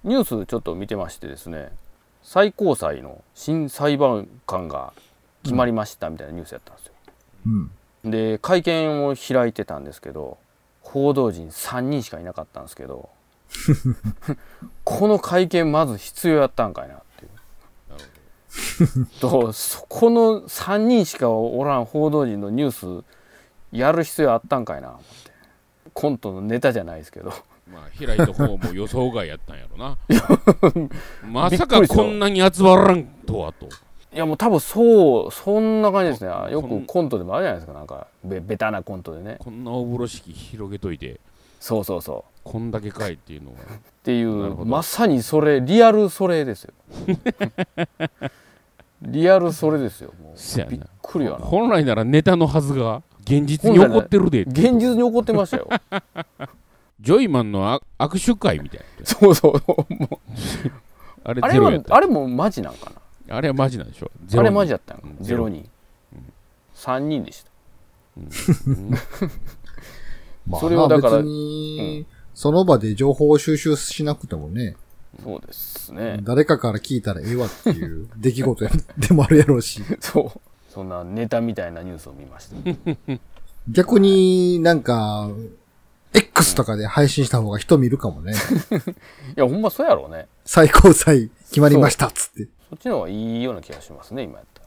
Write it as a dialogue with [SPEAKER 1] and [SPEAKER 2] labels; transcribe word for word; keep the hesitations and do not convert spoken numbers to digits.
[SPEAKER 1] ニュースちょっと見てましてですね、最高裁の新裁判官が決まりましたみたいなニュースやったんですよ、うん、で会見を開いてたんですけど、報道陣さんにんしかいなかったんですけどこの会見まず必要やったんかいなっていうと、そこのさんにんしかおらん報道陣のニュースやる必要あったんかいな思って。コントのネタじゃないですけど、
[SPEAKER 2] まあ開いた方も予想外やったんやろなまさかこんなに集まらんとはと。
[SPEAKER 1] いやもう多分そうそんな感じですね。よくコントでもあるじゃないですか、なんか ベ, ベタなコントでね、
[SPEAKER 2] こんな大風呂敷広げといて、
[SPEAKER 1] そうそうそう、
[SPEAKER 2] こんだけかいっていうのが
[SPEAKER 1] っていうまさにそれ、リアルそれですよリアルそれですよ。もうびっくりやな。
[SPEAKER 2] 本来ならネタのはずが現実に起こってるで。
[SPEAKER 1] 現実に起こってましたよ
[SPEAKER 2] ジョイマンの握手会みたいな。
[SPEAKER 1] そうそうもう
[SPEAKER 2] あれゼロやった。
[SPEAKER 1] あれもマジなんかな。
[SPEAKER 2] あれはマジなんでしょ。
[SPEAKER 1] あれマジやったんか、うん、ゼロにん、うん、さんにんでした、うんうん
[SPEAKER 3] まあ、それをだから別に、うん、その場で情報を収集しなくてもね、
[SPEAKER 1] そうですね、
[SPEAKER 3] 誰かから聞いたらええわっていう出来事でもあるやろうし
[SPEAKER 1] そう、そんなネタみたいなニュースを見ました
[SPEAKER 3] 逆になんか X とかで配信した方が人見るかもね
[SPEAKER 1] いやほんまそうやろうね。
[SPEAKER 3] 最高裁決まりましたっつって、
[SPEAKER 1] そ, そっちの方がいいような気がしますね今やった